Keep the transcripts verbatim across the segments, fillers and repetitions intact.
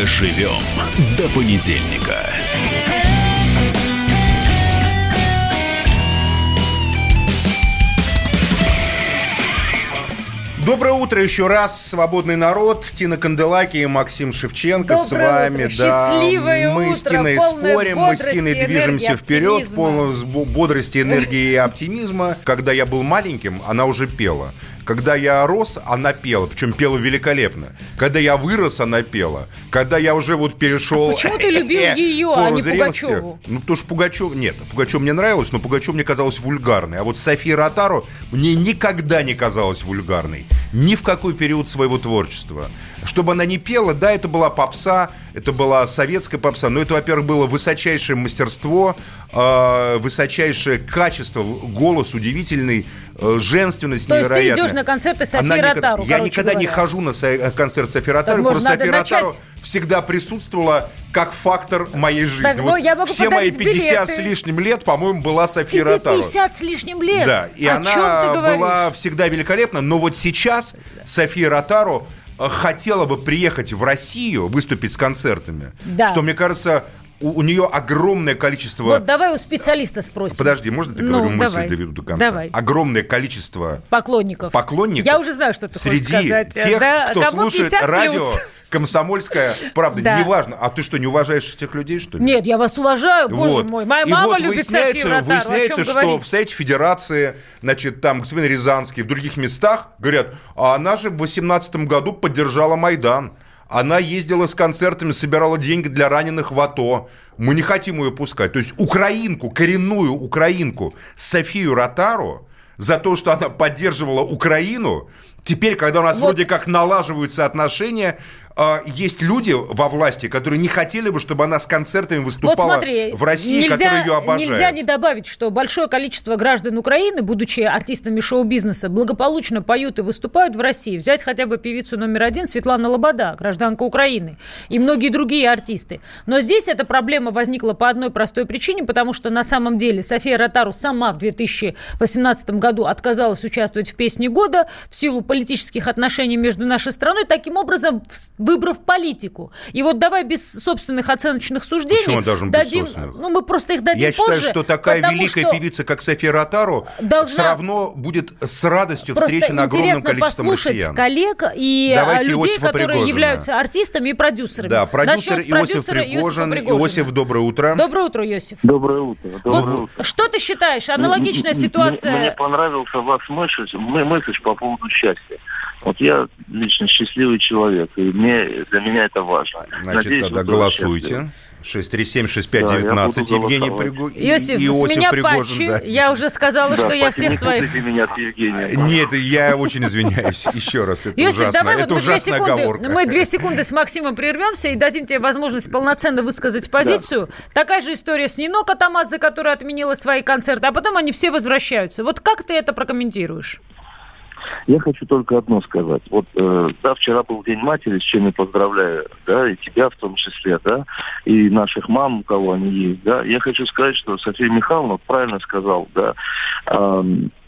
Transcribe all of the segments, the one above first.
Доживем до понедельника. Доброе утро еще раз, свободный народ. Тина Канделаки и Максим Шевченко Доброе с вами. Утро. Да. Счастливое мы утро, с Тиной спорим, мы с Тиной движемся вперед, полно бодрости, энергии и оптимизма. Когда я был маленьким, она уже пела. Когда я рос, она пела, причем пела великолепно. Когда я вырос, она пела. Когда я уже вот перешел... А почему ты любил ее, а не Пугачеву? Ну, потому что Пугачев... Нет, Пугачев мне нравилось, но Пугачев мне казалось вульгарной. А вот София Ротару мне никогда не казалась вульгарной. Ни в какой период своего творчества. Чтобы она не пела, да, это была попса, это была советская попса, но это, во-первых, было высочайшее мастерство, э, высочайшее качество, голос удивительный, э, женственность То невероятная. То есть ты идешь на концерты Софии Ротару, Я никогда говоря. не хожу на со- концерт Софии Ротару, может, просто София Ротару начать? всегда присутствовала как фактор моей жизни. Так, вот я могу все мои подарить пятьдесят билеты. с лишним лет, по-моему, была София Тебе Ротару. пятьдесят с лишним лет? Да, и О она чем ты говоришь? была всегда великолепна, но вот сейчас София Ротару хотела бы приехать в Россию, выступить с концертами, да. что, мне кажется, у, у нее огромное количество... Вот давай у специалиста спросим. Подожди, можно ты ну, говорю мысль давай. доведу до конца? Давай. Огромное количество... Поклонников. Поклонников. Я уже знаю, что ты среди хочешь сказать. тех, да? кто Кому слушает пятьдесят радио плюс? «Комсомольская правда». Да. Неважно. А ты что, не уважаешь этих людей, что ли? Нет, я вас уважаю, боже Вот. мой. Моя И мама вот любит Софию Ротару. выясняется, о чем что говорить? в Совете Федерации, значит, там господин Рязанский, в других местах говорят, а она же в восемнадцатом году поддержала Майдан. Она ездила с концертами, собирала деньги для раненых в АТО. Мы не хотим ее пускать. То есть украинку, коренную украинку Софию Ротару за то, что она поддерживала Украину, теперь, когда у нас вот. вроде как налаживаются отношения, э, есть люди во власти, которые не хотели бы, чтобы она с концертами выступала вот смотри, в России, нельзя, которые ее обожают. Нельзя не добавить, что большое количество граждан Украины, будучи артистами шоу-бизнеса, благополучно поют и выступают в России. Взять хотя бы певицу номер один Светлана Лобода, гражданка Украины, и многие другие артисты. Но здесь эта проблема возникла по одной простой причине, потому что на самом деле София Ротару сама в две тысячи восемнадцатом году отказалась участвовать в «Песне года» в силу политических отношений между нашей страной, таким образом выбрав политику. И вот давай без собственных оценочных суждений. Почему должен дадим, быть собственных? Ну, мы просто их дадим Я позже. считаю, что такая великая что певица, как София Ротару, должна... все равно будет с радостью просто встречена огромным количеством послушать россиян. коллег и Давайте людей, Иосифа которые Пригожина. являются артистами и продюсерами. Да, продюсер Иосиф продюсера Пригожин. Иосиф, доброе утро. Доброе утро, Иосиф. Доброе утро. Доброе вот утро. Что ты считаешь? Аналогичная мне, ситуация... Мне, мне понравился ваш месседж, месседж по поводу счастья. Вот я лично счастливый человек, и мне, для меня это важно. Значит, Надеюсь, тогда голосуйте. шесть три семь шесть пять девятнадцать. Да, Евгений Пригожин. Иосиф, Иосиф с меня Пригожин, патчи. да. Я уже сказала, да, что я всех своих... меня от Евгения. Нет, я очень извиняюсь. Еще раз, это Иосиф, ужасно. давай Это вот мы две, ужасная секунды, оговорка. мы две секунды с Максимом прервемся и дадим тебе возможность полноценно высказать позицию. Да. Такая же история с Нино Катамадзе, которая отменила свои концерты, а потом они все возвращаются. Вот как ты это прокомментируешь? Я хочу только одно сказать. Вот, э, да, вчера был День матери, с чем я поздравляю, да, и тебя в том числе, да, и наших мам, у кого они есть, да. Я хочу сказать, что София Михайловна правильно сказал, да, э,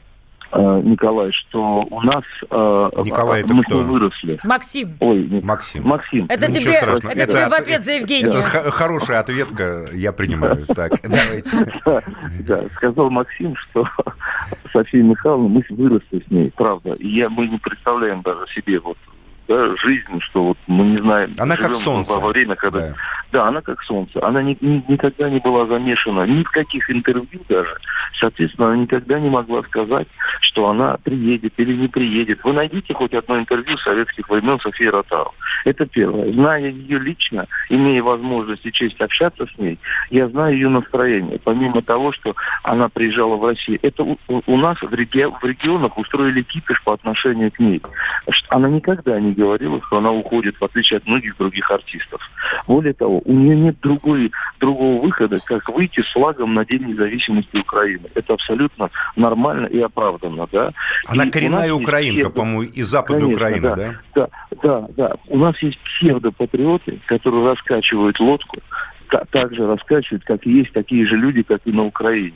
э, Николай, что у нас э, Николай, это мы кто? выросли. Максим. Ой, нет. Максим. Максим. Это, Ну, тебе, ничего страшного. это, Это тебе от- в ответ за Евгения. Это х- хорошая ответка, я принимаю. Так, давайте. Да, да, сказал Максим, что София Михайловна, мы выросли с ней, правда. И я, мы не представляем даже себе вот, да, жизнь, что вот мы не знаем. Она как живем солнце. Во время, когда... Да. Да, она как солнце. Она ни, ни- никогда не была замешана ни в каких интервью даже. Соответственно, она никогда не могла сказать, что она приедет или не приедет. Вы найдите хоть одно интервью советских времен Софии Ротару. Это первое. Зная ее лично, имея возможность и честь общаться с ней, я знаю ее настроение. Помимо того, что она приезжала в Россию, это у, у нас в, реги- в регионах устроили кипиш по отношению к ней. Она никогда не говорила, что она уходит, в отличие от многих других артистов. Более того, у нее нет другой, другого выхода, как выйти с флагом на День независимости Украины. Это абсолютно нормально и оправданно, да. Она И коренная украинка, псевдо... по-моему, из Западной Конечно, Украины, да, да? Да, да, да. У нас есть псевдопатриоты, которые раскачивают лодку, та- так же раскачивают, как и есть такие же люди, как и на Украине.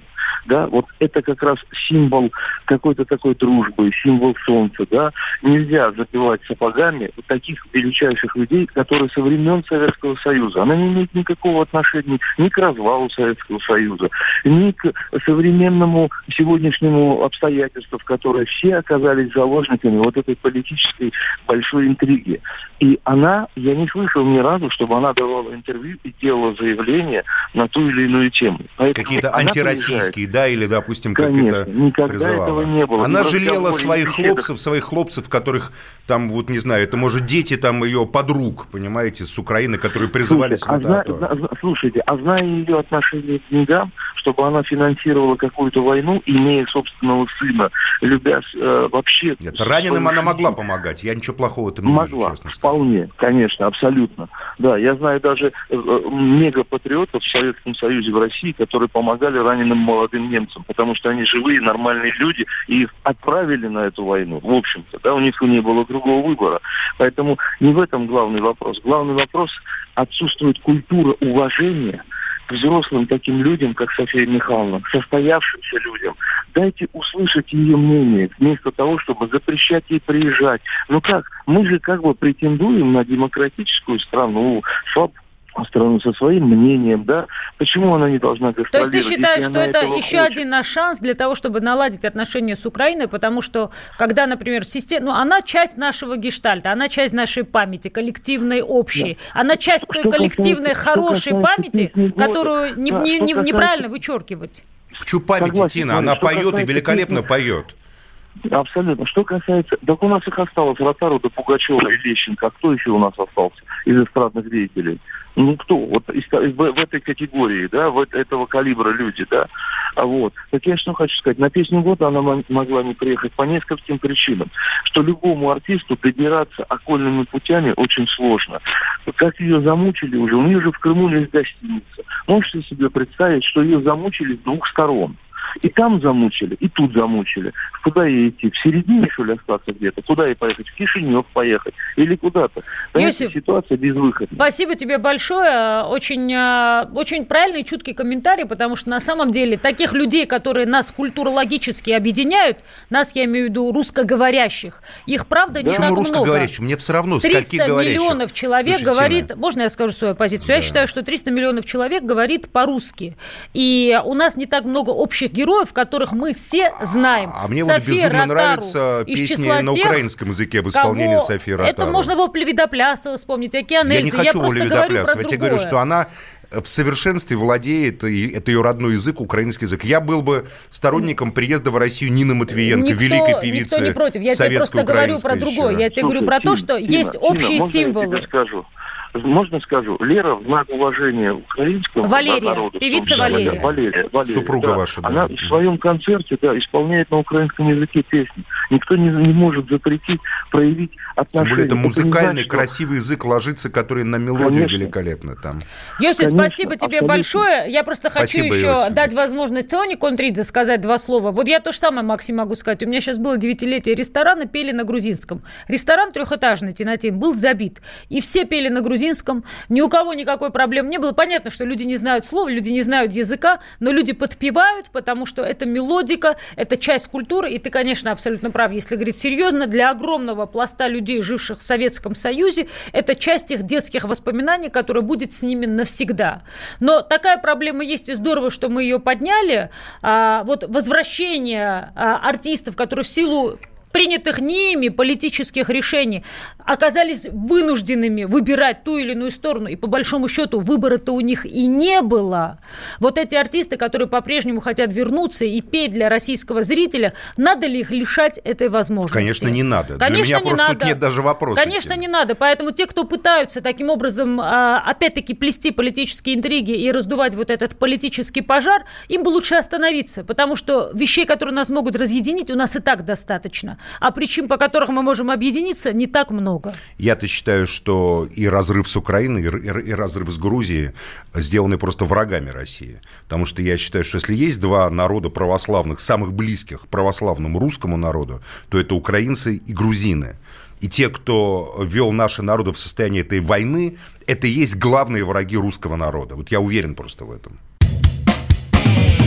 да, вот это как раз символ какой-то такой дружбы, символ солнца, да. Нельзя забивать сапогами таких величайших людей, которые со времен Советского Союза. Она не имеет никакого отношения ни к развалу Советского Союза, ни к современному сегодняшнему обстоятельству, в которой все оказались заложниками вот этой политической большой интриги. И она, я не слышал ни разу, чтобы она давала интервью и делала заявление на ту или иную тему. Поэтому какие-то антироссийские, приезжает. Да, или, допустим, Конечно, как это никогда призывала. Этого не было. Она И жалела своих беседах... хлопцев, своих хлопцев, которых там, вот не знаю, это, может, дети там ее подруг, понимаете, с Украины, которые призывались Слушайте, в а это. зна... Слушайте, а зная ее отношение к деньгам, чтобы она финансировала какую-то войну, имея собственного сына, любя э, вообще... Нет, раненым она могла помогать, я ничего плохого там не могла, вижу, честно вполне, конечно, абсолютно. Да, я знаю даже э, мегапатриотов в Советском Союзе, в России, которые помогали раненым молодым немцам, потому что они живые, нормальные люди, и их отправили на эту войну, в общем-то, да, у них не было другого выбора. Поэтому не в этом главный вопрос. Главный вопрос — отсутствует культура уважения к взрослым таким людям, как София Михайловна, к состоявшимся людям. Дайте услышать ее мнение, вместо того, чтобы запрещать ей приезжать. Ну как? Мы же как бы претендуем на демократическую страну, свободу, страну со своим мнением, да? Почему она не должна гастролировать? То есть ты считаешь, что это еще хочет? один наш шанс для того, чтобы наладить отношения с Украиной, потому что, когда, например, система, ну, она часть нашего гештальта, она часть нашей памяти, коллективной, общей, да. Она часть той коллективной, касается, хорошей памяти, которую не, да, не, не, касается... неправильно вычеркивать. Почему памяти, Согласен, Тина? Она поет и великолепно песни... поет. Абсолютно. Что касается... Так у нас их осталось Ротару, да Пугачева и Лещенко. А кто еще у нас остался из эстрадных деятелей? Ну, кто? Вот из, в, в этой категории, да, в этого калибра люди, да. А вот. Так я что хочу сказать. На песню года она могла не приехать по нескольким причинам. Что любому артисту добираться окольными путями очень сложно. Как ее замучили уже, у нее же в Крыму есть гостиница. Можете себе представить, что ее замучили с двух сторон. И там замучили, и тут замучили. Куда ей идти? В середине, что ли, остаться где-то? Куда ей поехать? В Кишинев поехать? Или куда-то? Понимаете, ситуация безвыходная. Спасибо тебе большое. Очень, очень правильный, чуткий комментарий, потому что на самом деле таких людей, которые нас культурологически объединяют, нас, я имею в виду, русскоговорящих, их, правда, не Почему так много. русскоговорящих? Мне все равно, с каких говорящих. триста миллионов человек Слушайте, говорит... Тина. Можно я скажу свою позицию? Да. Я считаю, что триста миллионов человек говорит по-русски. И у нас не так много общих героев, которых мы все знаем. А мне София вот безумно Ротару нравятся песни на тех, украинском языке в исполнении кого... Софии Ротару. Это можно Вопли Видоплясова вспомнить, Океан Эльзы. Я не хочу я Вопли Видоплясова. Я тебе говорю, что другое. она в совершенстве владеет, это ее родной язык, украинский язык. Я был бы сторонником приезда в Россию Нины Матвиенко, никто, великой певицы. Никто не против. Я тебе просто говорю про другое. Я тебе Слушай, говорю про Тина, то, что Тина, есть Тина, общие можно символы. Я тебе скажу? Можно скажу? Лера, в знак уважения украинского Валерия, народа, певица Валерия. Валерия. Валерия, Валерия, Супруга да. ваша, да. Она в своем концерте, да, исполняет на украинском языке песни. Никто не, не может запретить, проявить отношения. Тем более это музыкальный, значит, красивый язык ложится, который на мелодию Конечно. великолепно там. Йосиф, Конечно, спасибо тебе абсолютно. большое. Я просто хочу Спасибо, еще Иосиф. дать возможность Тони Контридзе сказать два слова. Вот я то же самое, Максим, могу сказать. У меня сейчас было девятилетие ресторана, пели на грузинском. Ресторан трехэтажный, Тинатин, был забит. И все пели на грузинском. Ни у кого никакой проблем не было. Понятно, что люди не знают слов, люди не знают языка, но люди подпевают, потому что это мелодика, это часть культуры. И ты, конечно, абсолютно прав. Если говорить серьезно, для огромного пласта людей, живших в Советском Союзе, это часть их детских воспоминаний, которая будет с ними навсегда. Но такая проблема есть, и здорово, что мы ее подняли. А, вот возвращение а, артистов, которые в силу принятых ними политических решений оказались вынужденными выбирать ту или иную сторону, и по большому счету выбора-то у них и не было. Вот эти артисты, которые по-прежнему хотят вернуться и петь для российского зрителя, надо ли их лишать этой возможности? Конечно, не надо. Конечно, Для меня не просто надо. тут нет даже вопроса. Конечно, не надо. Поэтому те, кто пытаются таким образом, опять-таки, плести политические интриги и раздувать вот этот политический пожар, им бы лучше остановиться, потому что вещей, которые нас могут разъединить, у нас и так достаточно. А причин, по которым мы можем объединиться, не так много. Я-то считаю, что и разрыв с Украиной, и, и, и разрыв с Грузией сделаны просто врагами России. Потому что я считаю, что если есть два народа православных, самых близких православному русскому народу, то это украинцы и грузины. И те, кто ввел наши народы в состояние этой войны, это и есть главные враги русского народа. Вот я уверен просто в этом.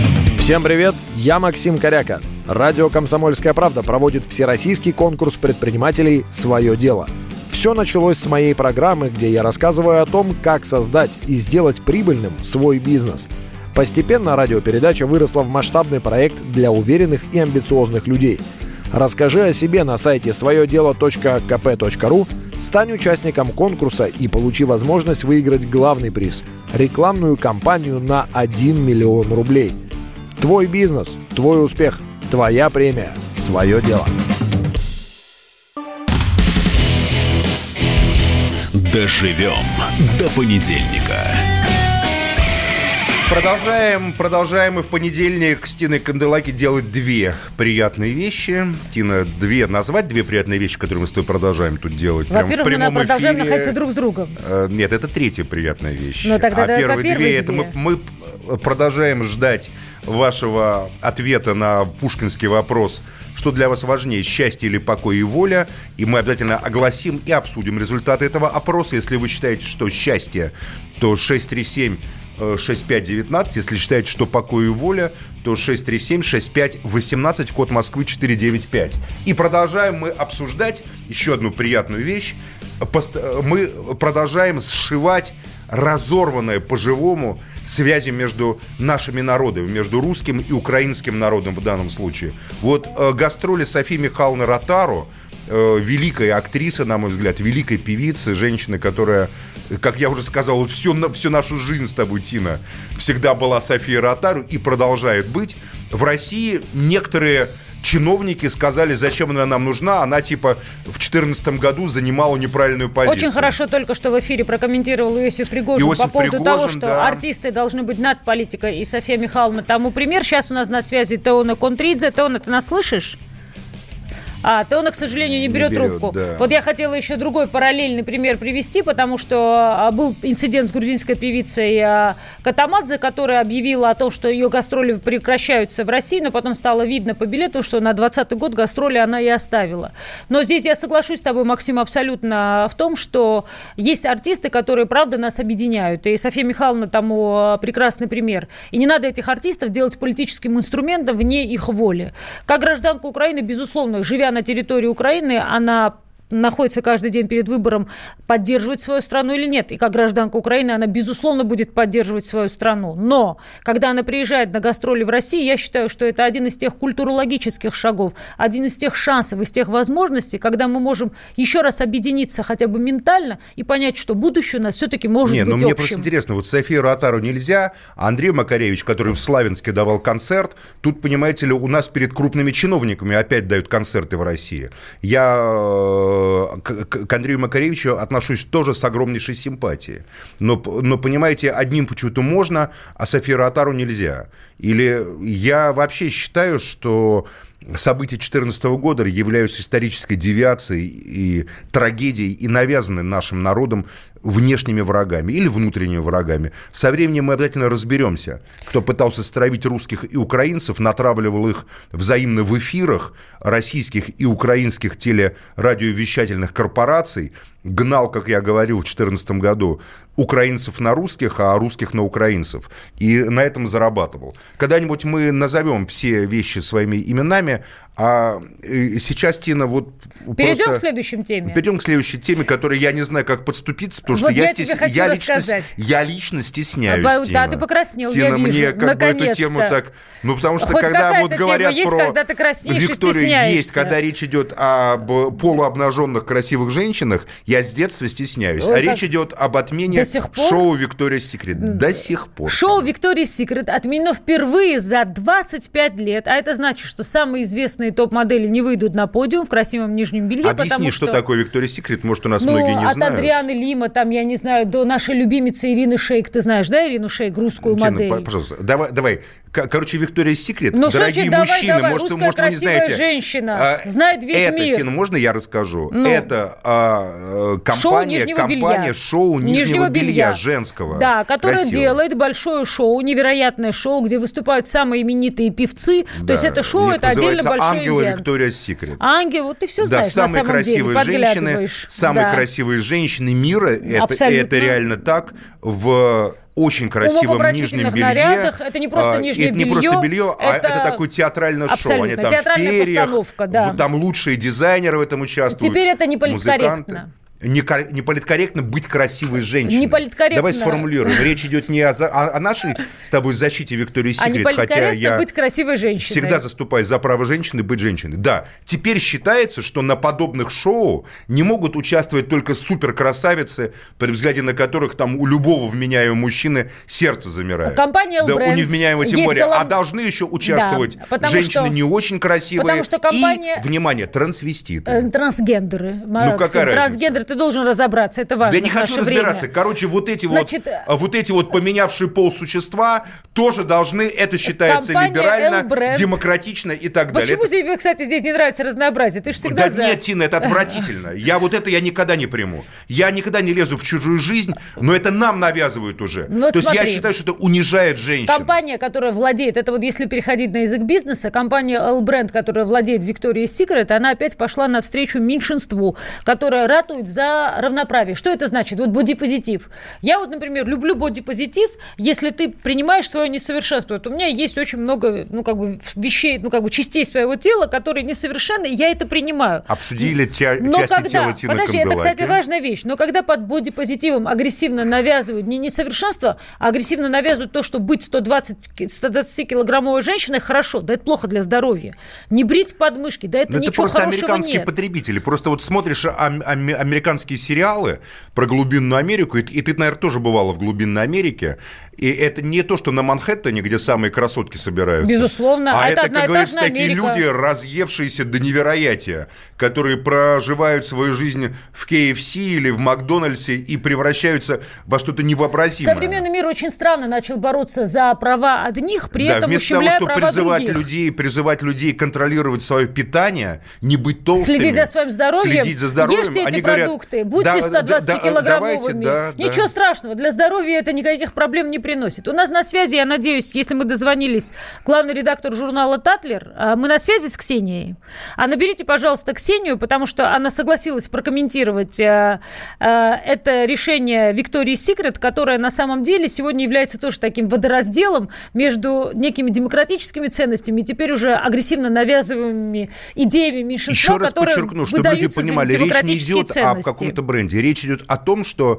Всем привет, я Максим Коряка. Радио «Комсомольская правда» проводит всероссийский конкурс предпринимателей «Свое дело». Все началось с моей программы, где я рассказываю о том, как создать и сделать прибыльным свой бизнес. Постепенно радиопередача выросла в масштабный проект для уверенных и амбициозных людей. Расскажи о себе на сайте свое дело точка ка пэ точка ру, стань участником конкурса и получи возможность выиграть главный приз – рекламную кампанию на один миллион рублей. Твой бизнес, твой успех, твоя премия, свое дело. Доживем до понедельника. Продолжаем, продолжаем и в понедельник с Тиной Канделаки делать две приятные вещи. Тина, две назвать две приятные вещи, которые мы с тобой продолжаем тут делать. Во-первых, мы продолжаем эфире. находиться друг с другом. Э, нет, это третья приятная вещь. Ну, тогда, а да, первые, первые две, две, это мы, мы продолжаем ждать вашего ответа на пушкинский вопрос, что для вас важнее, счастье или покой и воля. И мы обязательно огласим и обсудим результаты этого опроса. Если вы считаете, что счастье, то шесть три семь шесть пять девятнадцать. Если считаете, что покой и воля, то шесть три семь шесть пять восемнадцать, код Москвы четыре девять пять. И продолжаем мы обсуждать еще одну приятную вещь. Мы продолжаем сшивать разорванные по-живому связи между нашими народами, между русским и украинским народом в данном случае. Вот э, гастроли Софии Михайловны Ротару, э, великой актрисы, на мой взгляд, великой певицы, женщины, которая, как я уже сказал, всю, всю нашу жизнь с тобой, Тина, всегда была София Ротару и продолжает быть. В России некоторые чиновники сказали, зачем она нам нужна. Она, типа, в две тысячи четырнадцатом году занимала неправильную позицию. Очень хорошо только что в эфире прокомментировал Иосиф Пригожин Иосиф по поводу Пригожин, того, что да. артисты должны быть над политикой. И София Михайловна тому пример. Сейчас у нас на связи Теона Контридзе. Теона, ты нас слышишь? А, Теона, к сожалению, не берет, не берет трубку. Да. Вот я хотела еще другой параллельный пример привести, потому что был инцидент с грузинской певицей Катамадзе, которая объявила о том, что ее гастроли прекращаются в России, но потом стало видно по билету, что на двадцатый год гастроли она и оставила. Но здесь я соглашусь с тобой, Максим, абсолютно в том, что есть артисты, которые, правда, нас объединяют. И София Михайловна тому прекрасный пример. И не надо этих артистов делать политическим инструментом вне их воли. Как гражданка Украины, безусловно, живя на территории Украины, она находится каждый день перед выбором, поддерживать свою страну или нет. И как гражданка Украины она, безусловно, будет поддерживать свою страну. Но, когда она приезжает на гастроли в Россию, я считаю, что это один из тех культурологических шагов, один из тех шансов, из тех возможностей, когда мы можем еще раз объединиться хотя бы ментально и понять, что будущее у нас все-таки может Не, быть ну общим. Мне просто интересно, вот Софию Ротару нельзя, а Андрей Макаревич, который в Славянске давал концерт, тут, понимаете ли, у нас перед крупными чиновниками опять дают концерты в России. Я К, к Андрею Макаревичу отношусь тоже с огромнейшей симпатией. Но, но, понимаете, одним почему-то можно, а Софию Ротару нельзя. Или я вообще считаю, что события две тысячи четырнадцатого года являются исторической девиацией и трагедией, и навязаны нашим народом внешними врагами или внутренними врагами. Со временем мы обязательно разберемся, кто пытался стравить русских и украинцев, натравливал их взаимно в эфирах российских и украинских телерадиовещательных корпораций, гнал, как я говорил, в две тысячи четырнадцатом году украинцев на русских, а русских на украинцев. И на этом зарабатывал. Когда-нибудь мы назовем все вещи своими именами, а сейчас, Тина, вот Перейдем просто... к следующей теме. Перейдем к следующей теме, которой я не знаю, как подступиться, потому вот что я, я, стес... тебе я, лично... я лично стесняюсь, а, Тина. Да, ты покраснел, Тина, я вижу, мне как бы эту тему так... Ну, потому что хоть когда вот говорят есть, про когда ты краснеешь Викторию, и стесняешься. Есть, когда речь идет об полуобнаженных красивых женщинах, я с детства стесняюсь. Ой, а речь идет об отмене шоу «Виктория Секрет». До сих пор. Шоу «Виктория Секрет» отменено впервые за двадцать пять лет, а это значит, что самые известные топ-модели не выйдут на подиум в красивом нижнем белье. Объясни, что, что такое «Виктория Секрет», может, у нас ну, многие не от знают. От Адрианы Лима, там, я не знаю, до нашей любимицы Ирины Шейк. Ты знаешь, да, Ирину Шейк, русскую Тина, модель? Пожалуйста, давай, давай. Короче, «Виктория Секрет», ну, дорогие давай, мужчины, давай. может, Русская может вы не знаете. Женщина, а, знает весь это, мир. Тина, можно я расскажу? Ну. Это а, компания, шоу компания белья. шоу нижнего, нижнего белья. белья женского. Да, которая Красиво. делает большое шоу, невероятное шоу, где выступают самые именитые певцы. Да. То есть это шоу, это отдельно большой «Ангелы ивент. Виктория Секрет». Ангел, вот ты все знаешь, да, на самые самом красивые деле, женщины, самые да. красивые женщины мира, это, это реально так, в очень красивом нижнем белье. Нарядах. Это не просто нижнее это белье. не просто белье, это... а это такое театральное шоу. Они там театральная в перьях, постановка, да. Там лучшие дизайнеры в этом участвуют. Теперь это не политкорректно. Музыканты. Не, не политкорректно быть красивой женщиной. Не политкорректно. Давай сформулируем. Речь идет не о, о, о нашей с тобой защите Виктории Секрет, а хотя я быть красивой женщиной. Всегда заступаюсь за право женщины быть женщиной. Да, теперь считается, что на подобных шоу не могут участвовать только суперкрасавицы, при взгляде на которых там у любого вменяемого мужчины сердце замирает. Компания L-Brand. Да, у невменяемого тем более. Голов... А должны еще участвовать да, женщины что... не очень красивые потому что компания... и, внимание, трансвеститы. Трансгендеры. Ну, какая Трансгендеры, разница? Ты должен разобраться, это важно. Да не хочу разбираться. Время. Короче, вот эти Значит, вот, вот эти вот поменявшие пол существа тоже должны, это считается либерально, L-Brand. Демократично и так далее. Почему это... тебе, кстати, здесь не нравится разнообразие? Ты же всегда да за... нет, Тина, это отвратительно. Я вот это я никогда не приму. Я никогда не лезу в чужую жизнь, но это нам навязывают уже. Ну, вот То смотри. есть я считаю, что это унижает женщин. Компания, которая владеет, это вот если переходить на язык бизнеса, компания L-Brand, которая владеет Victoria's Secret, она опять пошла навстречу меньшинству, которое ратует за равноправие. Что это значит? Вот бодипозитив. Я вот, например, люблю бодипозитив, если ты принимаешь свое несовершенство. Вот у меня есть очень много, ну, как бы, вещей, ну, как бы, частей своего тела, которые несовершенны, и я это принимаю. Обсудили ча- Но части когда, тела Тины подожди, Канделаки. это, кстати, важная вещь. Но когда под бодипозитивом агрессивно навязывают не несовершенство, а агрессивно навязывают то, что быть сто двадцатикилограммовой женщиной хорошо, да это плохо для здоровья. Не брить подмышки, да это Но ничего это хорошего просто американские нет. потребители. Просто вот смотришь ам- ам- американские сериалы про глубинную Америку, и, и ты, наверное, тоже бывала в глубинной Америке, и это не то, что на Манхэттене, где самые красотки собираются. Безусловно. А это, это, как говорится, такие Америка. люди, разъевшиеся до невероятия, которые проживают свою жизнь в кей эф си или в Макдональдсе и превращаются во что-то невообразимое. Современный мир очень странно начал бороться за права одних, при да, этом вместо ущемляя того, чтобы права призывать других. людей, призывать людей контролировать свое питание, не быть толстыми, следить за своим здоровьем, следить за здоровьем, ешьте эти они продукты, говорят, будьте да, сто двадцатикилограммовыми. Да, Ничего да. страшного, для здоровья это никаких проблем не приносит. У нас на связи, я надеюсь, если мы дозвонились, главный редактор журнала «Татлер», мы на связи с Ксенией. А наберите, пожалуйста, Ксению, потому что она согласилась прокомментировать э, э, это решение Victoria's Secret, которое на самом деле сегодня является тоже таким водоразделом между некими демократическими ценностями и теперь уже агрессивно навязываемыми идеями меньшинства, Еще раз которые подчеркну, чтобы люди понимали, речь не идет ценности. о каком-то бренде. Речь идет о том, что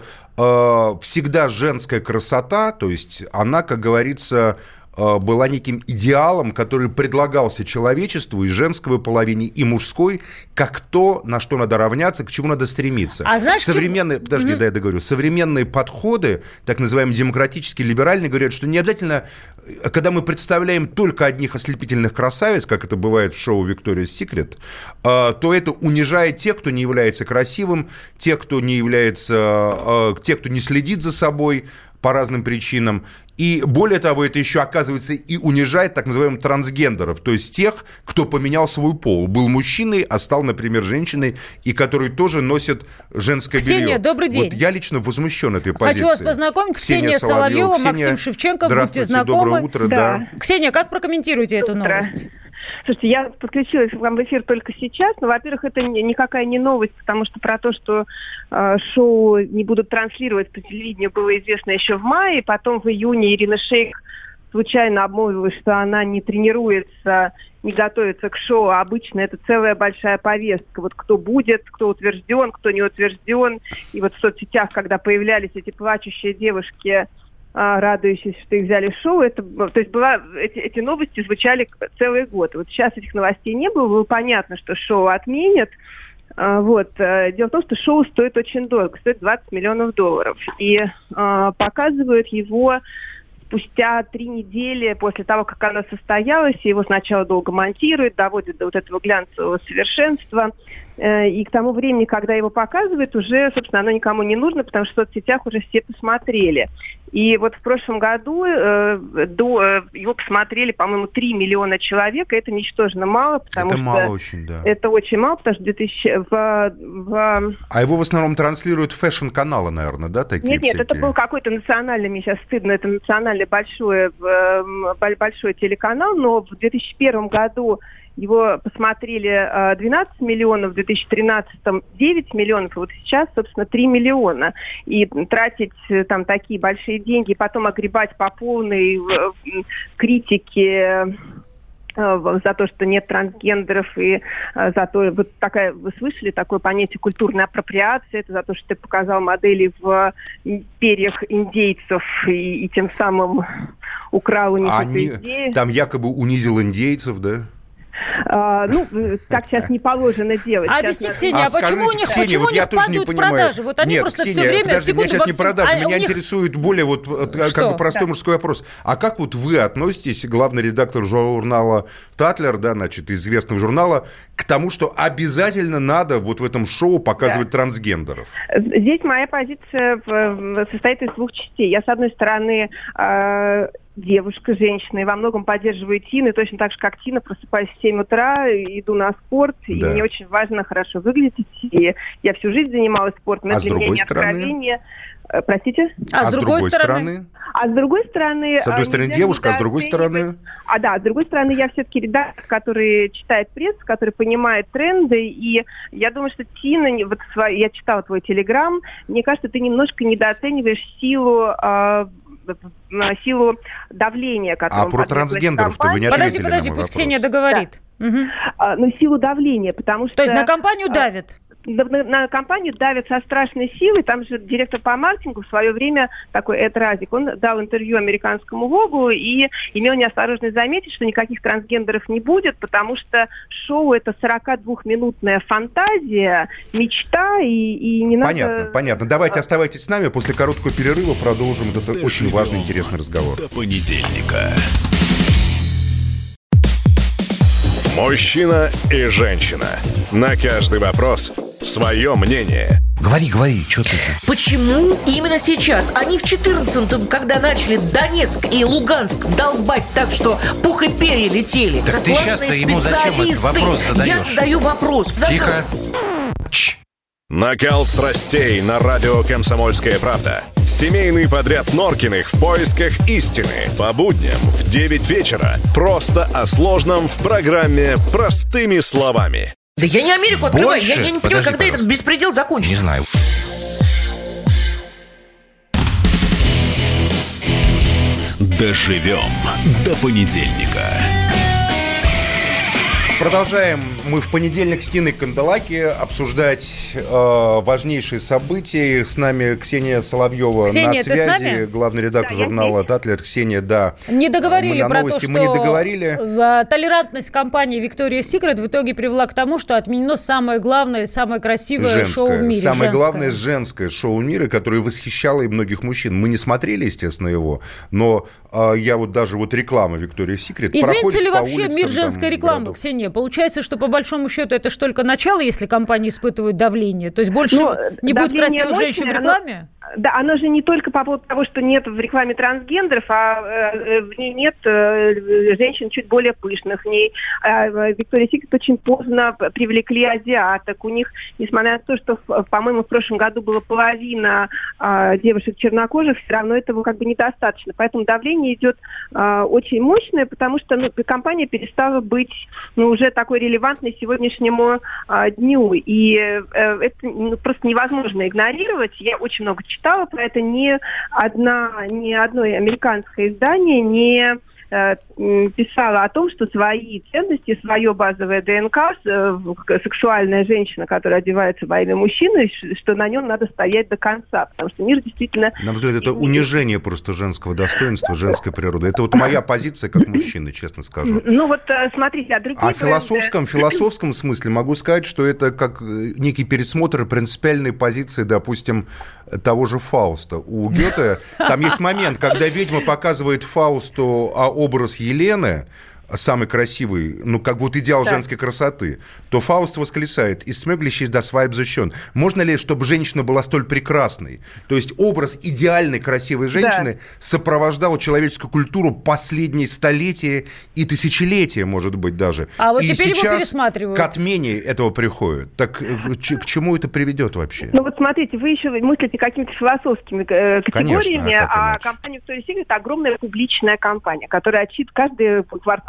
э, всегда женская красота, то есть она, как говорится, была неким идеалом, который предлагался человечеству и женской половине, и мужской, как то, на что надо равняться, к чему надо стремиться. А знаешь, современные, чем... подожди, mm-hmm. дай я договорю. Современные подходы, так называемые демократические, либеральные, говорят, что не обязательно, когда мы представляем только одних ослепительных красавиц, как это бывает в шоу Victoria's Secret, то это унижает тех, кто не является красивым, тех, кто не является, тех, кто не следит за собой по разным причинам. И более того, это еще, оказывается, и унижает так называемых трансгендеров, то есть тех, кто поменял свой пол. Был мужчиной, а стал, например, женщиной, и которые тоже носят женское Ксения, белье. добрый день. Вот я лично возмущен этой позицией. Хочу вас познакомить. Ксения, Ксения Соловьева, Соловьева Ксения, Максим Шевченко, будьте знакомы. Доброе утро, да. да. Ксения, как прокомментируете эту новость? Слушайте, я подключилась к вам в эфир только сейчас, но, во-первых, это никакая не новость, потому что про то, что э, шоу не будут транслировать по телевидению, было известно еще в мае, потом в июне Ирина Шейк случайно обмолвилась, что она не тренируется, не готовится к шоу, а обычно это целая большая повестка. Вот кто будет, кто утвержден, кто не утвержден. И вот в соцсетях, когда появлялись эти плачущие девушки, радующиеся, что их взяли в шоу, это, то есть была, эти, эти новости звучали целый год. Вот сейчас этих новостей не было, было понятно, что шоу отменят. Вот. Дело в том, что шоу стоит очень дорого, стоит двадцать миллионов долларов. И э, показывают его спустя три недели после того, как оно состоялось, его сначала долго монтируют, доводят до вот этого глянцевого совершенства. И к тому времени, когда его показывают, уже, собственно, оно никому не нужно, потому что в соцсетях уже все посмотрели. И вот в прошлом году э, до, э, его посмотрели, по-моему, три миллиона человек, и это ничтожно мало, потому это что... мало очень, да. Это очень мало, потому что две тысячи в, в... А его в основном транслируют фэшн-каналы, наверное, да, такие Нет, нет, всякие? это был какой-то национальный, мне сейчас стыдно, это национальный большой, большой телеканал, но в две тысячи первом году его посмотрели двенадцать миллионов, в две тысячи тринадцатом девять миллионов, и вот сейчас, собственно, три миллиона. И тратить там такие большие деньги, потом огребать по полной критике за то, что нет трансгендеров, и за то, вот такая, вы слышали такое понятие культурной апроприации, это за то, что ты показал модели в перьях индейцев и, и тем самым украл у них а эту не, идею. Там якобы унизил индейцев, да? А, ну, так сейчас не положено делать. А объясни, Ксения, а а почему скажите, у них, Ксения, почему вот у них я тоже не падают понимаю. продажи? Вот они Нет, просто Ксения, все время... подожди, секунду, меня сейчас не Максим, продажи, а меня них... интересует более вот как бы простой да. мужской вопрос. А как вот вы относитесь, главный редактор журнала «Татлер», да, значит, известного журнала, к тому, что обязательно надо вот в этом шоу показывать да. трансгендеров? Здесь моя позиция состоит из двух частей. Я, с одной стороны, девушка, женщина, и во многом поддерживаю Тину, и точно так же, как Тина, просыпаюсь в семь утра, иду на спорт, да. и мне очень важно хорошо выглядеть, и я всю жизнь занималась спортом, это а для меня не откровение. Простите? А, а с другой, другой стороны? стороны? А с другой стороны... С одной стороны девушка, а с другой стороны... А да, с другой стороны я все-таки редактор, который читает прессу, который понимает тренды, и я думаю, что Тина, вот я читала твой телеграм, мне кажется, ты немножко недооцениваешь силу... на силу давления, которое... А про трансгендеров-то вы не ответили Подожди, подожди, на мой пусть вопрос. Ксения договорит. Да. Угу. А, ну, силу давления, потому что... То есть на компанию давят? На, на, на компанию давят со страшной силой. Там же директор по маркетингу в свое время, такой Эд Разик, он дал интервью американскому Вогу и имел неосторожность заметить, что никаких трансгендеров не будет, потому что шоу — это сорокадвухминутная фантазия, мечта, и, и не надо... Понятно, понятно. Давайте оставайтесь с нами. После короткого перерыва продолжим этот Доживем очень важный, интересный разговор. До понедельника. Мужчина и женщина. На каждый вопрос свое мнение. Говори, говори, что ты... Почему именно сейчас? Они в четырнадцатом, когда начали Донецк и Луганск долбать так, что пух и перья летели. Так ты сейчас-то ему зачем этот вопрос задаешь? Я задаю вопрос. Тихо. Чш. Накал страстей на радио «Комсомольская правда». Семейный подряд Норкиных в поисках истины. По будням в девять вечера. Просто о сложном в программе «Простыми словами». Да я не Америку открываю. Больше? Я, я не понимаю, Подожди, когда пожалуйста. этот беспредел закончится. Не знаю. Доживем до понедельника. Продолжаем мы в понедельник с Тиной Канделаки обсуждать э, важнейшие события. С нами Ксения Соловьева Ксения, на ты с связи, нами? главный редактор Да, журнала «Татлер». Ксения, да. Не договорили мы на про новости, то, что мы не договорили. толерантность компании Victoria's Secret в итоге привела к тому, что отменено самое главное, самое красивое Женское. шоу в мире. Самое женское. главное женское шоу мира, которое восхищало и многих мужчин. Мы не смотрели, естественно, его, но э, я вот даже вот реклама Victoria's Secret. Изменится ли вообще улицам, мир женской там, рекламы, городов. Ксения? Получается, что по большому счету это же только начало, если компании испытывают давление. То есть больше Ну, не будет давление красивых женщин в мощное, рекламе? Да, оно же не только по поводу того, что нет в рекламе трансгендеров, а э, в ней нет э, женщин чуть более пышных. В ней э, Victoria's Secret очень поздно привлекли азиаток. У них, несмотря на то, что, по-моему, в прошлом году была половина э, девушек чернокожих, все равно этого как бы недостаточно. Поэтому давление идет э, очень мощное, потому что ну, компания перестала быть ну, уже такой релевантной сегодняшнему э, дню. И э, это ну, просто невозможно игнорировать. Я очень много читала про это. Ни одна, ни одно американское издание не э, писало о том, что свои ценности, свое базовое ДНК, э, сексуальная женщина, которая одевается во имя мужчины, что на нем надо стоять до конца. Потому что мир действительно... На мой взгляд, это унижение просто женского достоинства, женской природы. Это вот моя позиция как мужчины, честно скажу. Ну вот, смотрите, а другие... А в философском, философском смысле могу сказать, что это как некий пересмотр принципиальной позиции, допустим, того же Фауста. У Гёте там есть момент, когда ведьма показывает Фаусту образ Елены, самый красивый, ну, как будто идеал так. женской красоты, то Фауст восклицает: «Ist möglich, das Weib so schön». Можно ли, чтобы женщина была столь прекрасной? То есть образ идеальной красивой женщины да. сопровождал человеческую культуру последние столетия и тысячелетия, может быть, даже. А вот и теперь сейчас его пересматривают. К отмене этого приходит. Так к, к чему это приведет вообще? Ну вот смотрите, вы еще мыслите какими-то философскими э, категориями, Конечно, а, а компания Victoria's Secret — огромная публичная компания, которая отчит каждый квартал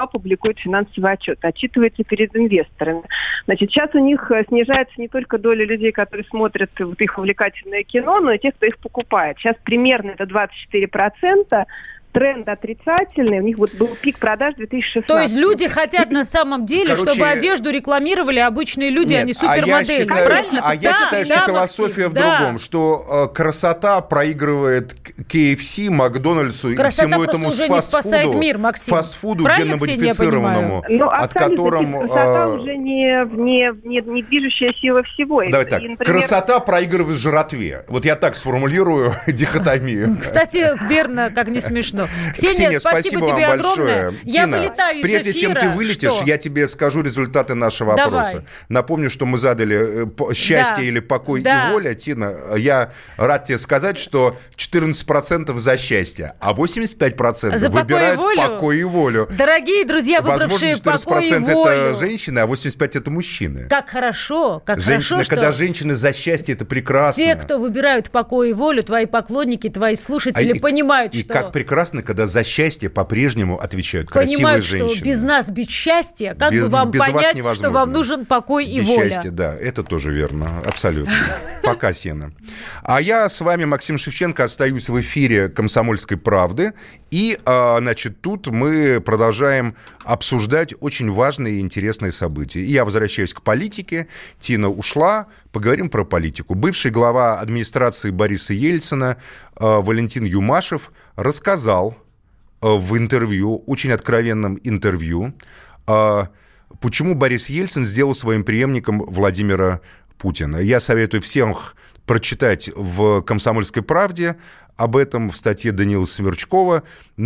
публикует финансовый отчет, отчитывается перед инвесторами. Значит, сейчас у них снижается не только доля людей, которые смотрят вот их увлекательное кино, но и тех, кто их покупает. Сейчас примерно это двадцать четыре процента. Тренд отрицательный, у них вот был пик продаж две тысячи шестнадцатого. То есть люди хотят на самом деле, Короче, чтобы одежду рекламировали обычные люди, нет, а не супермодели, а я считаю, правильно? А я да, считаю, что да, философия Максим, в да. другом, что э, красота проигрывает кей эф си, Макдональдсу Красота и всему этому уже не спасает мир, Максим. фастфуду Правильно, генно-модифицированному, ну, от которого... Красота э, уже не, не, не, не движущая сила всего. Давай и, так, и, например... красота проигрывает жратве. Вот я так сформулирую дихотомию. Кстати, верно, как не смешно. Ксения, Ксения, спасибо, спасибо тебе вам огромное. большое. Я Тина, вылетаю из прежде эфира. чем ты вылетишь, Что? я тебе скажу результаты нашего Давай. опроса. Напомню, что мы задали э, счастье Да. или покой Да. и воля. Тина, я рад тебе сказать, что четырнадцать процентов за счастье, а восемьдесят пять процентов За покой и выбирают волю? покой и волю. Дорогие друзья, Возможно, выбравшие четырнадцать покой и процентов волю. это женщины, а восемьдесят пять процентов это мужчины. Как хорошо, как Женщины, хорошо, когда что женщины за счастье, это прекрасно. те, кто выбирают покой и волю, твои поклонники, твои слушатели, А и- понимают, и что... как прекрасно, когда за счастье по-прежнему отвечают красивые Понимают, женщины. что без нас, без счастья, как Без- бы вам без вас понять, что невозможно. вам нужен покой и Без воля. счастья, да, это тоже верно, абсолютно. Пока, Сена. А я с вами, Максим Шевченко, остаюсь в эфире «Комсомольской правды». И, а, значит, тут мы продолжаем обсуждать очень важные и интересные события. И я возвращаюсь к политике. Тина ушла. Поговорим про политику. Бывший глава администрации Бориса Ельцина а, Валентин Юмашев рассказал а, в интервью, очень откровенном интервью, а, почему Борис Ельцин сделал своим преемником Владимира Путина. Я советую всем прочитать в «Комсомольской правде» об этом в статье Даниила Сверчкова,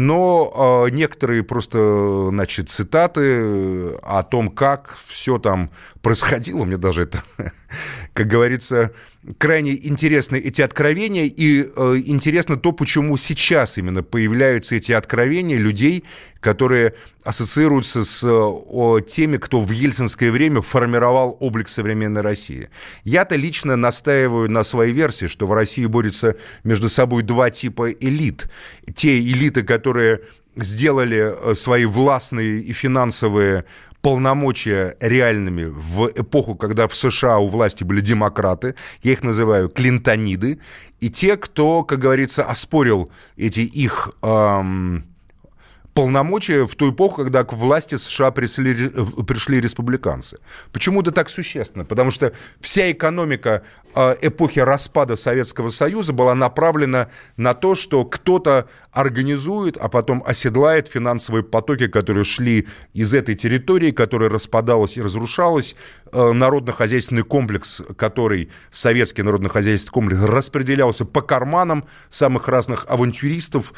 но э, некоторые просто, значит, цитаты о том, как все там происходило, мне даже это, как говорится, крайне интересны эти откровения, и э, интересно то, почему сейчас именно появляются эти откровения людей, которые ассоциируются с о, теми, кто в ельцинское время формировал облик современной России. Я-то лично настаиваю на своей версии, что в России борются между собой два типа элит. Те элиты, которые сделали свои властные и финансовые полномочия реальными в эпоху, когда в США у власти были демократы, я их называю клинтониды, и те, кто, как говорится, оспорил эти их эм, полномочия в ту эпоху, когда к власти США пришли, пришли республиканцы. Почему это так существенно? Потому что вся экономика эпохи распада Советского Союза была направлена на то, что кто-то организует, а потом оседлает финансовые потоки, которые шли из этой территории, которая распадалась и разрушалась. Народно-хозяйственный комплекс, который, советский народно-хозяйственный комплекс, распределялся по карманам самых разных авантюристов.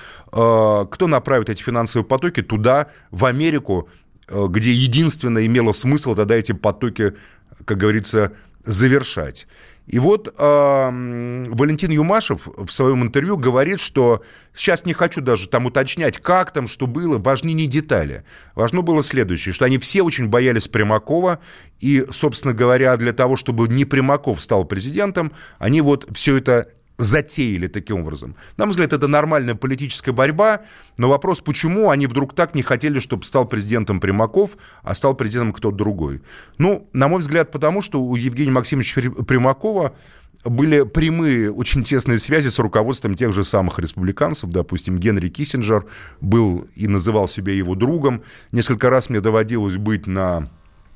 Кто направит эти финансовые потоки туда, в Америку, где единственно имело смысл тогда эти потоки, как говорится, завершать. И вот э, Валентин Юмашев в своем интервью говорит, что сейчас не хочу даже там уточнять, как там, что было, важны не детали. Важно было следующее, что они все очень боялись Примакова, и, собственно говоря, для того, чтобы не Примаков стал президентом, они вот все это затеяли таким образом. На мой взгляд, это нормальная политическая борьба, но вопрос, почему они вдруг так не хотели, чтобы стал президентом Примаков, а стал президентом кто-то другой. Ну, на мой взгляд, потому что у Евгения Максимовича Примакова были прямые, очень тесные связи с руководством тех же самых республиканцев. Допустим, Генри Киссинджер был и называл себя его другом. Несколько раз мне доводилось быть на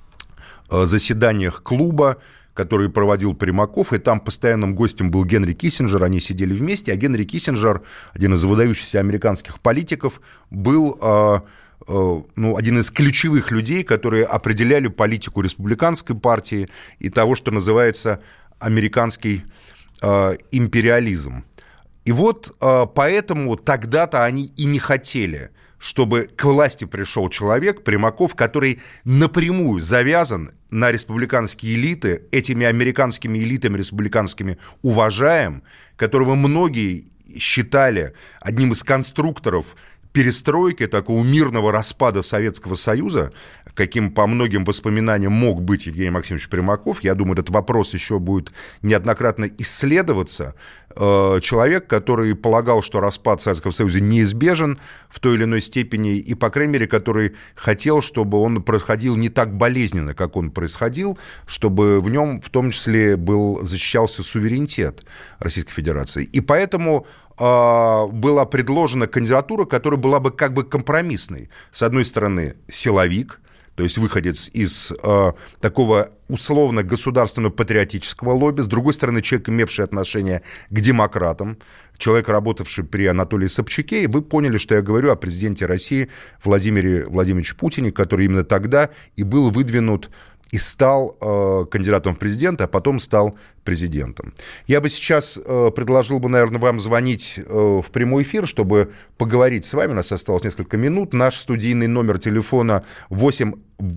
заседаниях клуба, который проводил Примаков, и там постоянным гостем был Генри Киссинджер, они сидели вместе, а Генри Киссинджер, один из выдающихся американских политиков, был э, э, ну, один из ключевых людей, которые определяли политику республиканской партии и того, что называется американский э, империализм. И вот э, поэтому тогда-то они и не хотели, чтобы к власти пришел человек, Примаков, который напрямую завязан на республиканские элиты, этими американскими элитами республиканскими уважаем, которого многие считали одним из конструкторов перестройки, такого мирного распада Советского Союза, каким по многим воспоминаниям мог быть Евгений Максимович Примаков, я думаю, этот вопрос еще будет неоднократно исследоваться. Человек, который полагал, что распад Советского Союза неизбежен в той или иной степени, и, по крайней мере, который хотел, чтобы он происходил не так болезненно, как он происходил, чтобы в нем в том числе был, защищался суверенитет Российской Федерации. И поэтому э, была предложена кандидатура, которая была бы как бы компромиссной. С одной стороны, силовик, то есть выходец из э, такого условно-государственного патриотического лобби, с другой стороны, человек, имевший отношение к демократам, человек, работавший при Анатолии Собчаке, и вы поняли, что я говорю о президенте России Владимире Владимировиче Путине, который именно тогда и был выдвинут и стал э, кандидатом в президенты, а потом стал президентом. Я бы сейчас э, предложил бы, наверное, вам звонить э, в прямой эфир, чтобы поговорить с вами. У нас осталось несколько минут. Наш студийный номер телефона восемь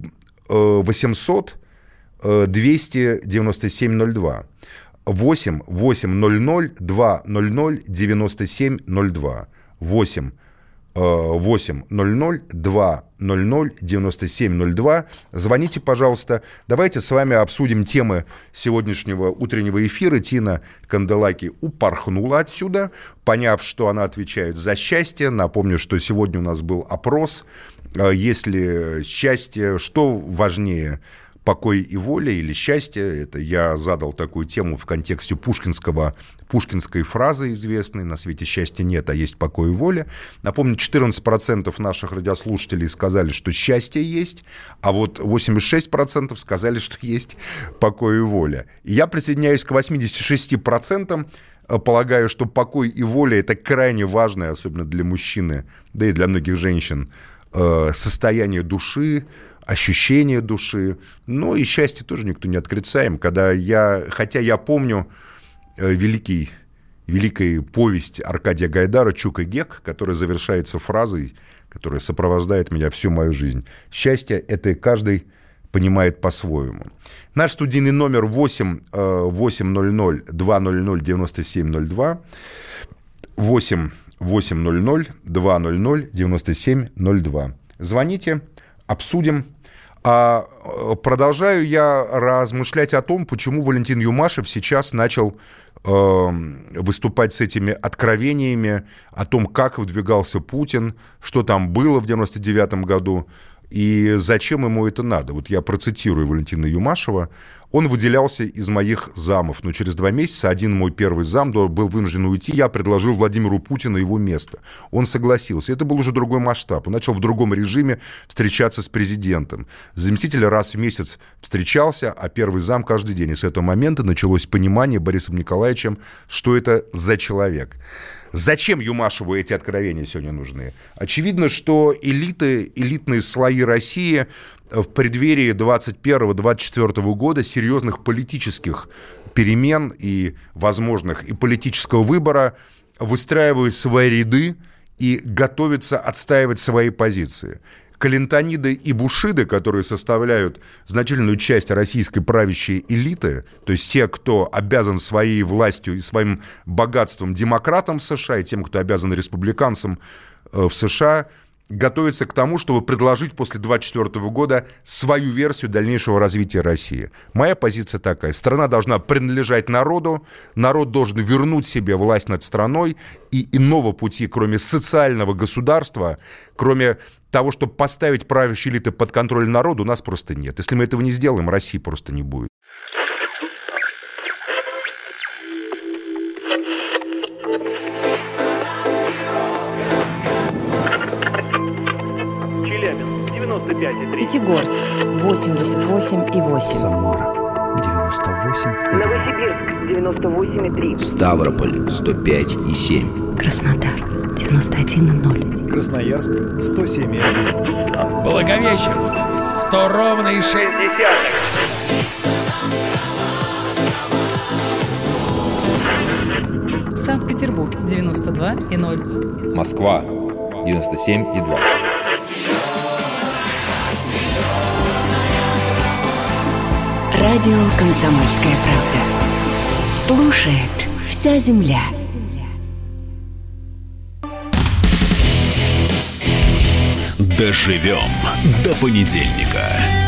восемьсот двести девяносто семь ноль два. восемь восемьсот двести девяносто семь ноль два. восемь восемь ноль ноль два ноль ноль девяносто семь ноль два. Звоните, пожалуйста. Давайте с вами обсудим темы сегодняшнего утреннего эфира. Тина Канделаки упорхнула отсюда, поняв, что она отвечает за счастье. Напомню, что сегодня у нас был опрос. Есть ли счастье, что важнее, покой и воля или счастье? Это я задал такую тему в контексте пушкинского, пушкинской фразы известной: «На свете счастья нет, а есть покой и воля». Напомню, четырнадцать процентов наших радиослушателей сказали, что счастье есть, а вот восемьдесят шесть процентов сказали, что есть покой и воля. И я присоединяюсь к восемьдесят шесть процентам, полагаю, что покой и воля – это крайне важное, особенно для мужчины, да и для многих женщин, состояние души, ощущение души. Но и счастье тоже никто не отрицаем. Когда я, хотя я помню великий, великую повесть Аркадия Гайдара «Чук и Гек», которая завершается фразой, которая сопровождает меня всю мою жизнь. Счастье – это каждый понимает по-своему. Наш студийный номер восемь восемьсот двести девяносто семь ноль два. восемь восемьсот двести девяносто семь ноль два. Звоните, обсудим. А продолжаю я размышлять о том, почему Валентин Юмашев сейчас начал э, выступать с этими откровениями о том, как выдвигался Путин, что там было в девяносто девятом году и зачем ему это надо. Вот я процитирую Валентина Юмашева. Он выделялся из моих замов, но через два месяца один мой первый зам был вынужден уйти. Я предложил Владимиру Путину его место. Он согласился. Это был уже другой масштаб. Он начал в другом режиме встречаться с президентом. Заместитель раз в месяц встречался, а первый зам каждый день. И с этого момента началось понимание Борисом Николаевичем, что это за человек. Зачем Юмашеву эти откровения сегодня нужны? Очевидно, что элиты, элитные слои России в преддверии двадцать первого - двадцать четвёртого года серьезных политических перемен и возможных и политического выбора выстраивают свои ряды и готовятся отстаивать свои позиции. Клинтониды и бушиды, которые составляют значительную часть российской правящей элиты, то есть те, кто обязан своей властью и своим богатством демократам в США, и тем, кто обязан республиканцам в США, готовятся к тому, чтобы предложить после двадцать четвёртого года свою версию дальнейшего развития России. Моя позиция такая: страна должна принадлежать народу, народ должен вернуть себе власть над страной, и иного пути, кроме социального государства, кроме того, чтобы поставить правящие элиты под контроль народа, у нас просто нет. Если мы этого не сделаем, России просто не будет. Челябинск, девяносто пять и три. Пятигорск, восемьдесят восемь и восемь. Самара, девяносто восемь и два. Новосибирск, девяносто восемь и три. Ставрополь, сто пять и семь. Краснодар, девяносто один и ноль. Красноярск, сто семь и один. Благовещенск, сто ровно и шесть десятых. Санкт-Петербург, девяносто два и ноль. Москва, девяносто семь и два. Радио «Комсомольская правда». Слушает вся земля. Доживем до понедельника.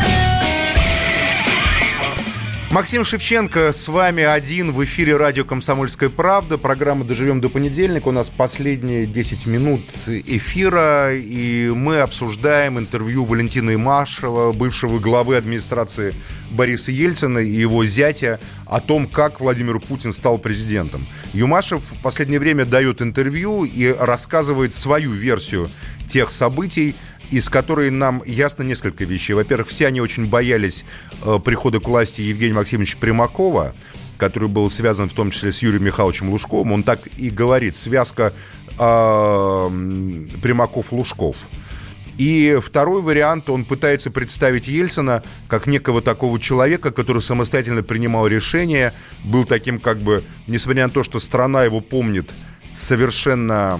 Максим Шевченко с вами один в эфире радио «Комсомольская правда». Программа «Доживем до понедельника». У нас последние десять минут эфира, и мы обсуждаем интервью Валентина Юмашева, бывшего главы администрации Бориса Ельцина и его зятя, о том, как Владимир Путин стал президентом. Юмашев в последнее время дает интервью и рассказывает свою версию тех событий, из которой нам ясно несколько вещей. Во-первых, все они очень боялись э, прихода к власти Евгения Максимовича Примакова, который был связан в том числе с Юрием Михайловичем Лужковым. Он так и говорит: связка э, Примаков-Лужков. И второй вариант, он пытается представить Ельцина как некого такого человека, который самостоятельно принимал решения, был таким, как бы, несмотря на то, что страна его помнит совершенно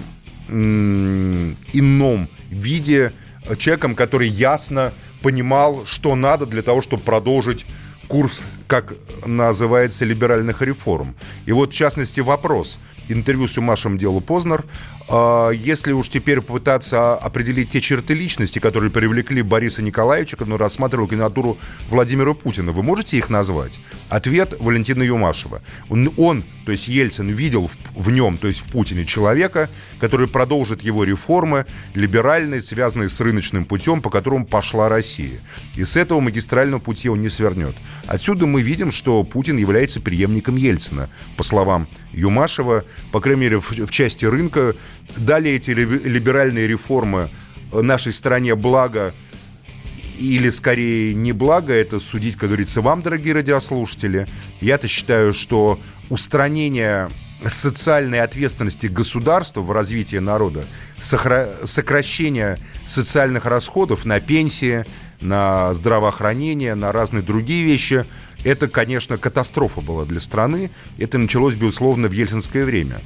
м- ином виде, человеком, который ясно понимал, что надо для того, чтобы продолжить курс, как называется, либеральных реформ. И вот, в частности, вопрос. Интервью с Юмашевым делал Познер. Если уж теперь попытаться определить те черты личности, которые привлекли Бориса Николаевича, когда он рассматривал кандидатуру Владимира Путина, вы можете их назвать? Ответ Валентина Юмашева. Он, он то есть Ельцин, видел в, в нем, то есть в Путине, человека, который продолжит его реформы, либеральные, связанные с рыночным путем, по которому пошла Россия. И с этого магистрального пути он не свернет. Отсюда мы видим, что Путин является преемником Ельцина, по словам Юмашева, по крайней мере, в, в части рынка. Далее эти либеральные реформы нашей стране благо или, скорее, не благо, это судить, как говорится, вам, дорогие радиослушатели. Я-то считаю, что устранение социальной ответственности государства в развитии народа, сокращение социальных расходов на пенсии, на здравоохранение, на разные другие вещи, это, конечно, катастрофа была для страны. Это началось, безусловно, в ельцинское время.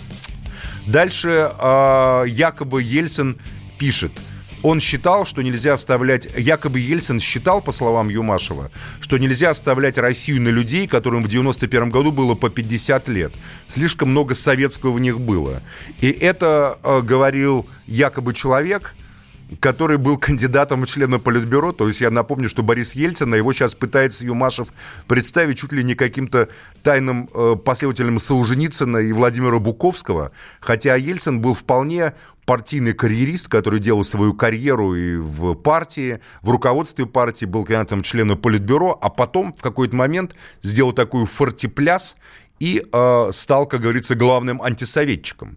Дальше э, якобы Ельцин пишет. Он считал, что нельзя оставлять... Якобы Ельцин считал, по словам Юмашева, что нельзя оставлять Россию на людей, которым в девяносто первом году было по пятьдесят лет. Слишком много советского в них было. И это э, говорил якобы человек, который был кандидатом в члены Политбюро. То есть я напомню, что Борис Ельцин, его сейчас пытается Юмашев представить чуть ли не каким-то тайным э, последователем Солженицына и Владимира Буковского. Хотя Ельцин был вполне партийный карьерист, который делал свою карьеру и в партии, в руководстве партии, был кандидатом в члены Политбюро, а потом в какой-то момент сделал такой фортепляс и э, стал, как говорится, главным антисоветчиком.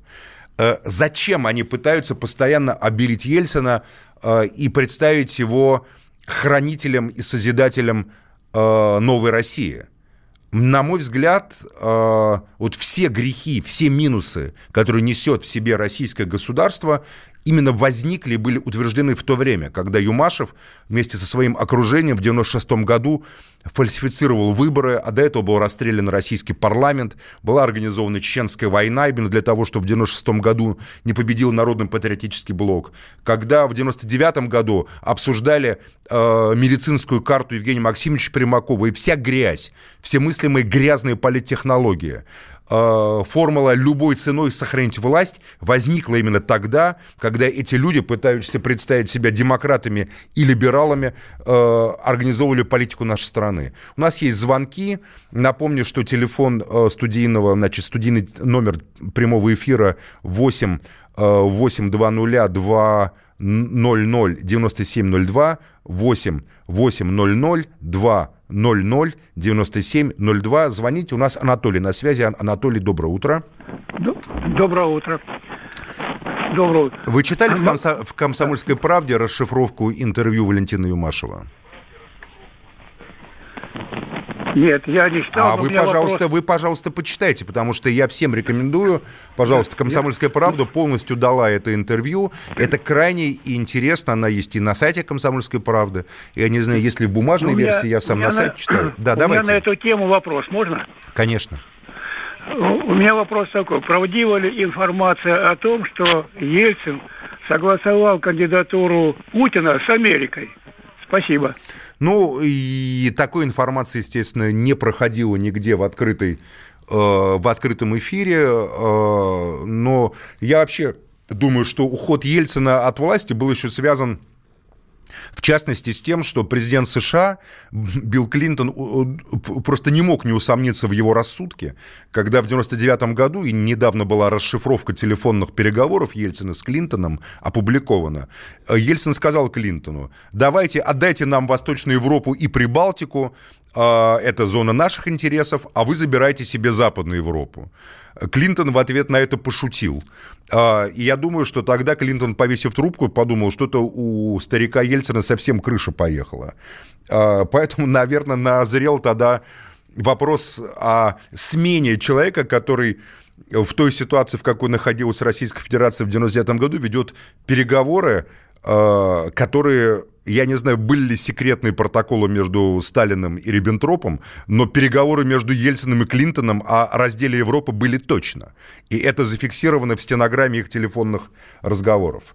Зачем они пытаются постоянно обелить Ельцина э, и представить его хранителем и созидателем э, новой России? На мой взгляд, э, вот все грехи, все минусы, которые несет в себе российское государство, именно возникли и были утверждены в то время, когда Юмашев вместе со своим окружением в девяносто шестом году фальсифицировал выборы, а до этого был расстрелян российский парламент, была организована Чеченская война именно для того, чтобы в девяносто шестом году не победил Народно-патриотический блок. Когда в девяносто девятом году обсуждали э, медицинскую карту Евгения Максимовича Примакова, и вся грязь, все мыслимые грязные политтехнологии, формула «любой ценой сохранить власть» возникла именно тогда, когда эти люди, пытающиеся представить себя демократами и либералами, организовывали политику нашей страны. У нас есть звонки. Напомню, что телефон студийного, значит, студийный номер прямого эфира восемь восемь два ноль два ноль ноль девяносто семь ноль два, восемь восемь ноль ноль два ноль ноль девяносто семь ноль два. Звоните, у нас Анатолий на связи. Анатолий, доброе утро. Доброе утро. Доброе утро. Вы читали в, комсо- в «Комсомольской правде» расшифровку интервью Валентина Юмашева? Нет, я не читал. А вы, пожалуйста, вопрос... вы, пожалуйста, почитайте, потому что я всем рекомендую. Пожалуйста, «Комсомольская правда» полностью дала это интервью. Это крайне интересно. Она есть и на сайте «Комсомольской правды». Я не знаю, если в бумажной меня, версии, я сам на сайте на... читаю. Да, у давайте. меня на эту тему вопрос, можно? Конечно. У меня вопрос такой. Правдива ли информация о том, что Ельцин согласовал кандидатуру Путина с Америкой? Спасибо. Ну, и такой информации, естественно, не проходило нигде в открытой, э, в открытом эфире, э, но я вообще думаю, что уход Ельцина от власти был еще связан, в частности, с тем, что президент США Билл Клинтон просто не мог не усомниться в его рассудке, когда в девяносто девятом году, и недавно была расшифровка телефонных переговоров Ельцина с Клинтоном опубликована, Ельцин сказал Клинтону: давайте, отдайте нам Восточную Европу и Прибалтику, это зона наших интересов, а вы забирайте себе Западную Европу. Клинтон в ответ на это пошутил. И я думаю, что тогда Клинтон, повесив трубку, подумал, что-то у старика Ельцина совсем крыша поехала. Поэтому, наверное, назрел тогда вопрос о смене человека, который в той ситуации, в какой находилась Российская Федерация в девяносто девятом году, ведет переговоры, которые... Я не знаю, были ли секретные протоколы между Сталиным и Риббентропом, но переговоры между Ельциным и Клинтоном о разделе Европы были точно. И это зафиксировано в стенограмме их телефонных разговоров.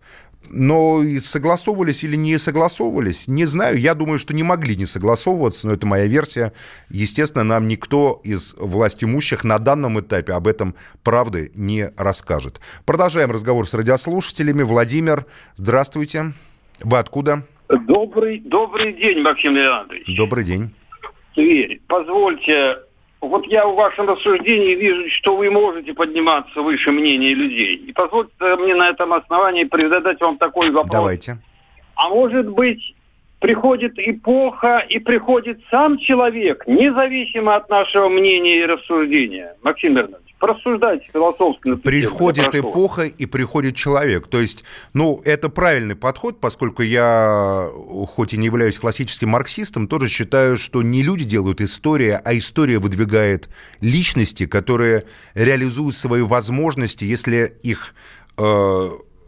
Но и согласовывались или не согласовывались, не знаю. Я думаю, что не могли не согласовываться, но это моя версия. Естественно, нам никто из властимущих на данном этапе об этом правды не расскажет. Продолжаем разговор с радиослушателями. Владимир, здравствуйте. Вы откуда? Добрый, добрый день, Максим Леонидович. Добрый день. Тверь. Позвольте, вот я в вашем рассуждении вижу, что вы можете подниматься выше мнения людей. И позвольте мне на этом основании задать вам такой вопрос. Давайте. А может быть, приходит эпоха и приходит сам человек, независимо от нашего мнения и рассуждения? Максим Леонидович, порассуждайте философски. Приходит эпоха и приходит человек. То есть, ну, это правильный подход, поскольку я, хоть и не являюсь классическим марксистом, тоже считаю, что не люди делают историю, а история выдвигает личности, которые реализуют свои возможности, если их э,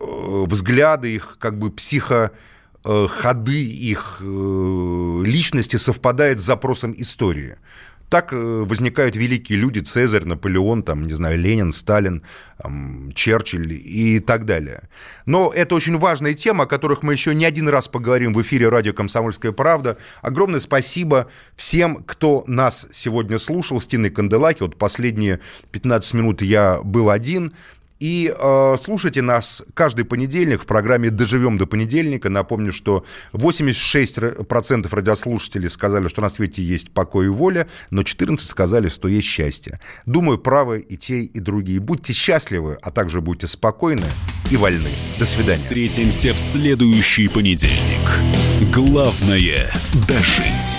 взгляды, их как бы психо... ходы их личности совпадают с запросом истории. Так возникают великие люди: Цезарь, Наполеон, там, не знаю, Ленин, Сталин, там, Черчилль и так далее. Но это очень важная тема, о которых мы еще не один раз поговорим в эфире радио «Комсомольская правда». Огромное спасибо всем, кто нас сегодня слушал. С Тиной Канделаки. Вот последние пятнадцать минут я был один. И э, слушайте нас каждый понедельник в программе «Доживем до понедельника». Напомню, что восемьдесят шесть процентов радиослушателей сказали, что на свете есть покой и воля, но четырнадцать процентов сказали, что есть счастье. Думаю, правы и те, и другие. Будьте счастливы, а также будьте спокойны и вольны. До свидания. Встретимся в следующий понедельник. Главное – дожить.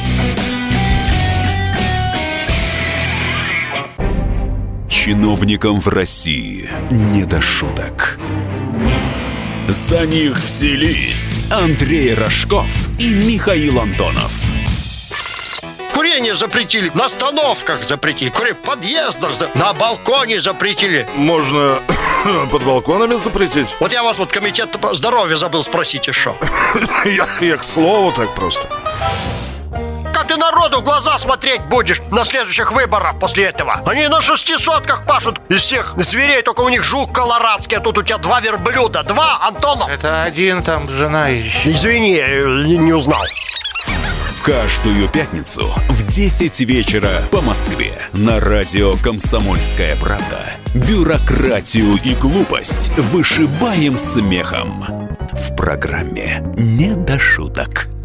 Чиновникам в России не до шуток. За них взялись Андрей Рожков и Михаил Антонов. Курение запретили, на остановках запретили, курение в подъездах, на балконе запретили. Можно под балконами запретить? Вот я вас вот комитет здоровья забыл спросить еще. я, я к слову так просто. Как ты народу в глаза смотреть будешь на следующих выборах после этого? Они на шестисотках пашут из всех зверей, только у них жук колорадский, а тут у тебя два верблюда. Два, Антонов? Это один, там жена еще. Извини, не, не узнал. Каждую пятницу в десять вечера по Москве на радио «Комсомольская правда». Бюрократию и глупость вышибаем смехом. В программе «Не до шуток».